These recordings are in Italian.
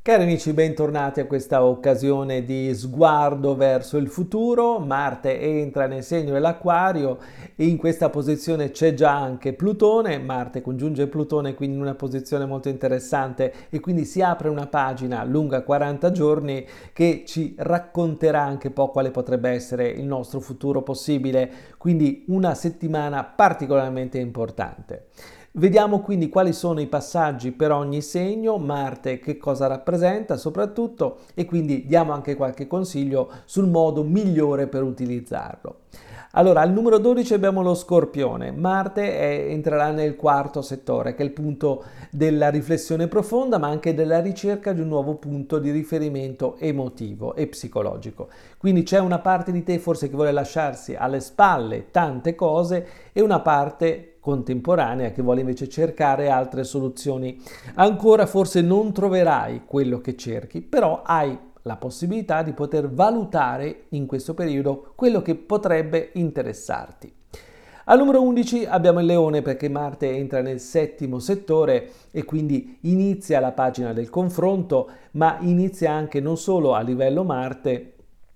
Cari amici, bentornati a questa occasione di sguardo verso il futuro. Marte entra nel segno dell'Acquario e in questa posizione c'è già anche Plutone. Marte congiunge Plutone quindi in una posizione molto interessante e quindi si apre una pagina lunga 40 giorni che ci racconterà anche un po' quale potrebbe essere il nostro futuro possibile, quindi una settimana particolarmente importante. Vediamo quindi quali sono i passaggi per ogni segno, Marte che cosa rappresenta soprattutto e quindi diamo anche qualche consiglio sul modo migliore per utilizzarlo. Allora, al numero 12 abbiamo lo Scorpione. Marte entrerà nel quarto settore, che è il punto della riflessione profonda, ma anche della ricerca di un nuovo punto di riferimento emotivo e psicologico. Quindi c'è una parte di te forse che vuole lasciarsi alle spalle tante cose e una parte contemporanea che vuole invece cercare altre soluzioni. Ancora forse non troverai quello che cerchi, però hai la possibilità di poter valutare in questo periodo quello che potrebbe interessarti. Al numero 11 abbiamo il Leone perché Marte entra nel settimo settore e quindi inizia la pagina del confronto, ma inizia anche non solo a livello Marte,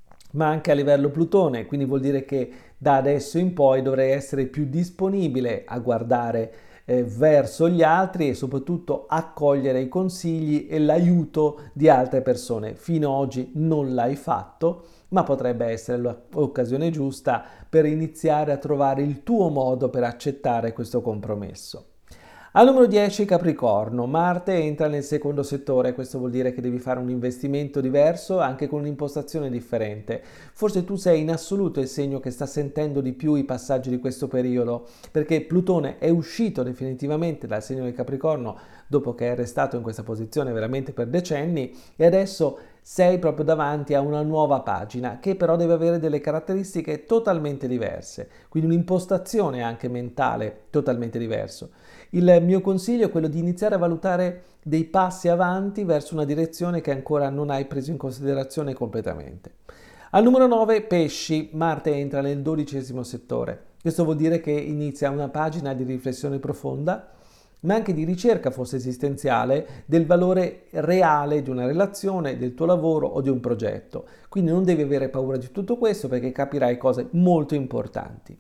ma anche a livello Plutone, quindi vuol dire che da adesso in poi dovrei essere più disponibile a guardare verso gli altri e soprattutto accogliere i consigli e l'aiuto di altre persone. Fino ad oggi non l'hai fatto, ma potrebbe essere l'occasione giusta per iniziare a trovare il tuo modo per accettare questo compromesso. Al numero 10 Capricorno, Marte entra nel secondo settore, questo vuol dire che devi fare un investimento diverso anche con un'impostazione differente. Forse tu sei in assoluto il segno che sta sentendo di più i passaggi di questo periodo, perché Plutone è uscito definitivamente dal segno del Capricorno dopo che è restato in questa posizione veramente per decenni e adesso sei proprio davanti a una nuova pagina che però deve avere delle caratteristiche totalmente diverse, quindi un'impostazione anche mentale totalmente diversa. Il mio consiglio è quello di iniziare a valutare dei passi avanti verso una direzione che ancora non hai preso in considerazione completamente. Al numero 9, Pesci, Marte entra nel 12° settore. Questo vuol dire che inizia una pagina di riflessione profonda, ma anche di ricerca forse esistenziale del valore reale di una relazione, del tuo lavoro o di un progetto. Quindi non devi avere paura di tutto questo perché capirai cose molto importanti.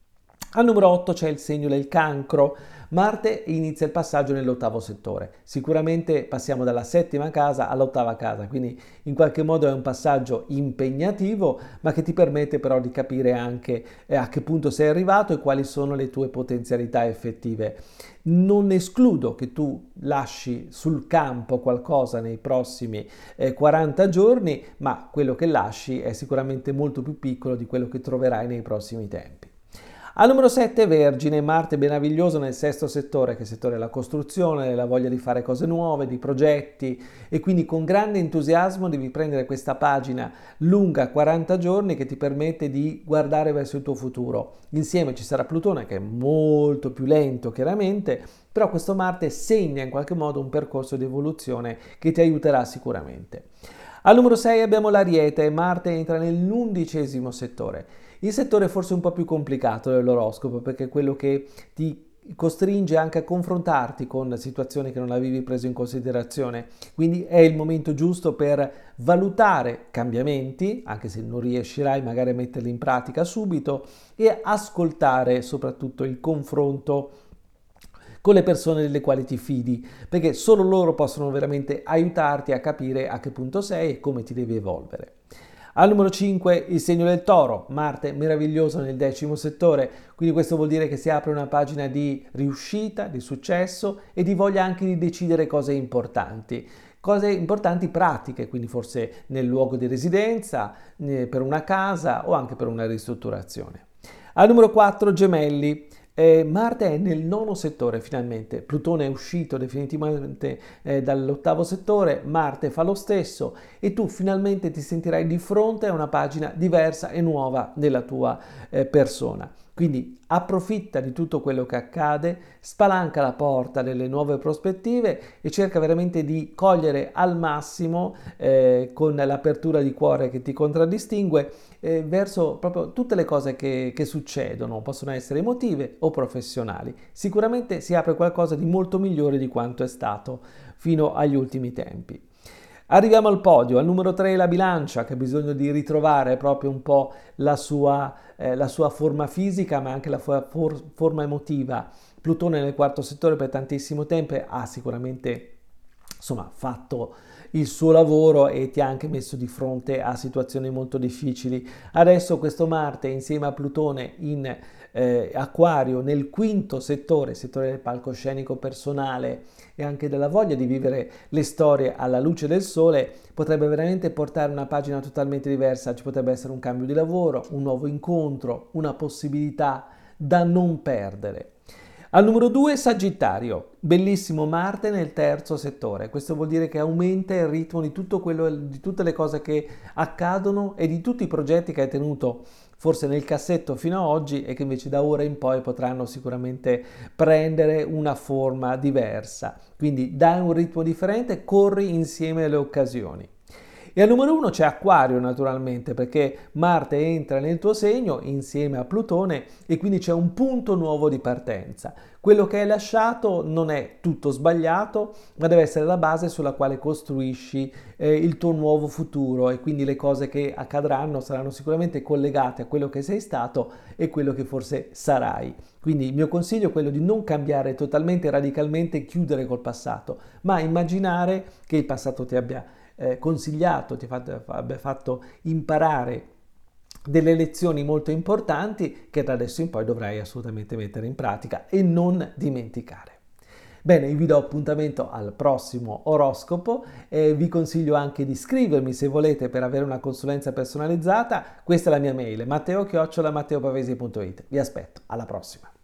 Al numero 8 c'è il segno del Cancro. Marte inizia il passaggio nell'ottavo settore. Sicuramente passiamo dalla settima casa all'ottava casa, quindi in qualche modo è un passaggio impegnativo, ma che ti permette però di capire anche a che punto sei arrivato e quali sono le tue potenzialità effettive. Non escludo che tu lasci sul campo qualcosa nei prossimi 40 giorni, ma quello che lasci è sicuramente molto più piccolo di quello che troverai nei prossimi tempi. Al numero 7 Vergine, Marte meraviglioso nel sesto settore, che è il settore della costruzione, della voglia di fare cose nuove, di progetti e quindi con grande entusiasmo devi prendere questa pagina lunga 40 giorni che ti permette di guardare verso il tuo futuro. Insieme ci sarà Plutone che è molto più lento chiaramente, però questo Marte segna in qualche modo un percorso di evoluzione che ti aiuterà sicuramente. Al numero 6 abbiamo l'Ariete, Marte entra nell'11° settore. Il settore è forse un po' più complicato dell'oroscopo perché è quello che ti costringe anche a confrontarti con situazioni che non avevi preso in considerazione. Quindi è il momento giusto per valutare cambiamenti, anche se non riuscirai magari a metterli in pratica subito, e ascoltare soprattutto il confronto con le persone delle quali ti fidi, perché solo loro possono veramente aiutarti a capire a che punto sei e come ti devi evolvere. Al numero 5 il segno del Toro, Marte meraviglioso nel 10° settore, quindi questo vuol dire che si apre una pagina di riuscita, di successo e di voglia anche di decidere cose importanti pratiche, quindi forse nel luogo di residenza, per una casa o anche per una ristrutturazione. Al numero 4 Gemelli, Marte è nel nono settore finalmente, Plutone è uscito definitivamente dall'ottavo settore, Marte fa lo stesso e tu finalmente ti sentirai di fronte a una pagina diversa e nuova della tua persona. Quindi approfitta di tutto quello che accade, spalanca la porta delle nuove prospettive e cerca veramente di cogliere al massimo, con l'apertura di cuore che ti contraddistingue, verso proprio tutte le cose che succedono, possono essere emotive o professionali. Sicuramente si apre qualcosa di molto migliore di quanto è stato fino agli ultimi tempi. Arriviamo al podio, al numero 3 la bilancia che ha bisogno di ritrovare proprio un po' la sua forma fisica ma anche la sua forma emotiva. Plutone nel quarto settore per tantissimo tempo ha sicuramente insomma fatto il suo lavoro e ti ha anche messo di fronte a situazioni molto difficili. Adesso questo Marte insieme a Plutone in Acquario nel quinto settore, settore del palcoscenico personale e anche della voglia di vivere le storie alla luce del sole, potrebbe veramente portare una pagina totalmente diversa. Ci potrebbe essere un cambio di lavoro, un nuovo incontro, una possibilità da non perdere. Al numero 2 Sagittario, bellissimo Marte nel terzo settore, questo vuol dire che aumenta il ritmo di tutto quello, di tutte le cose che accadono e di tutti i progetti che hai tenuto forse nel cassetto fino ad oggi e che invece da ora in poi potranno sicuramente prendere una forma diversa. Quindi dai un ritmo differente, corri insieme alle occasioni. E al numero 1 c'è Acquario naturalmente perché Marte entra nel tuo segno insieme a Plutone e quindi c'è un punto nuovo di partenza. Quello che hai lasciato non è tutto sbagliato, ma deve essere la base sulla quale costruisci il tuo nuovo futuro e quindi le cose che accadranno saranno sicuramente collegate a quello che sei stato e quello che forse sarai. Quindi il mio consiglio è quello di non cambiare totalmente, radicalmente, chiudere col passato, ma immaginare che il passato ti abbia consigliato, ti abbia fatto imparare delle lezioni molto importanti che da adesso in poi dovrai assolutamente mettere in pratica e non dimenticare. Bene, io vi do appuntamento al prossimo oroscopo e vi consiglio anche di iscrivermi se volete per avere una consulenza personalizzata. Questa è la mia mail, matteo@matteopavesi.it. Vi aspetto, alla prossima.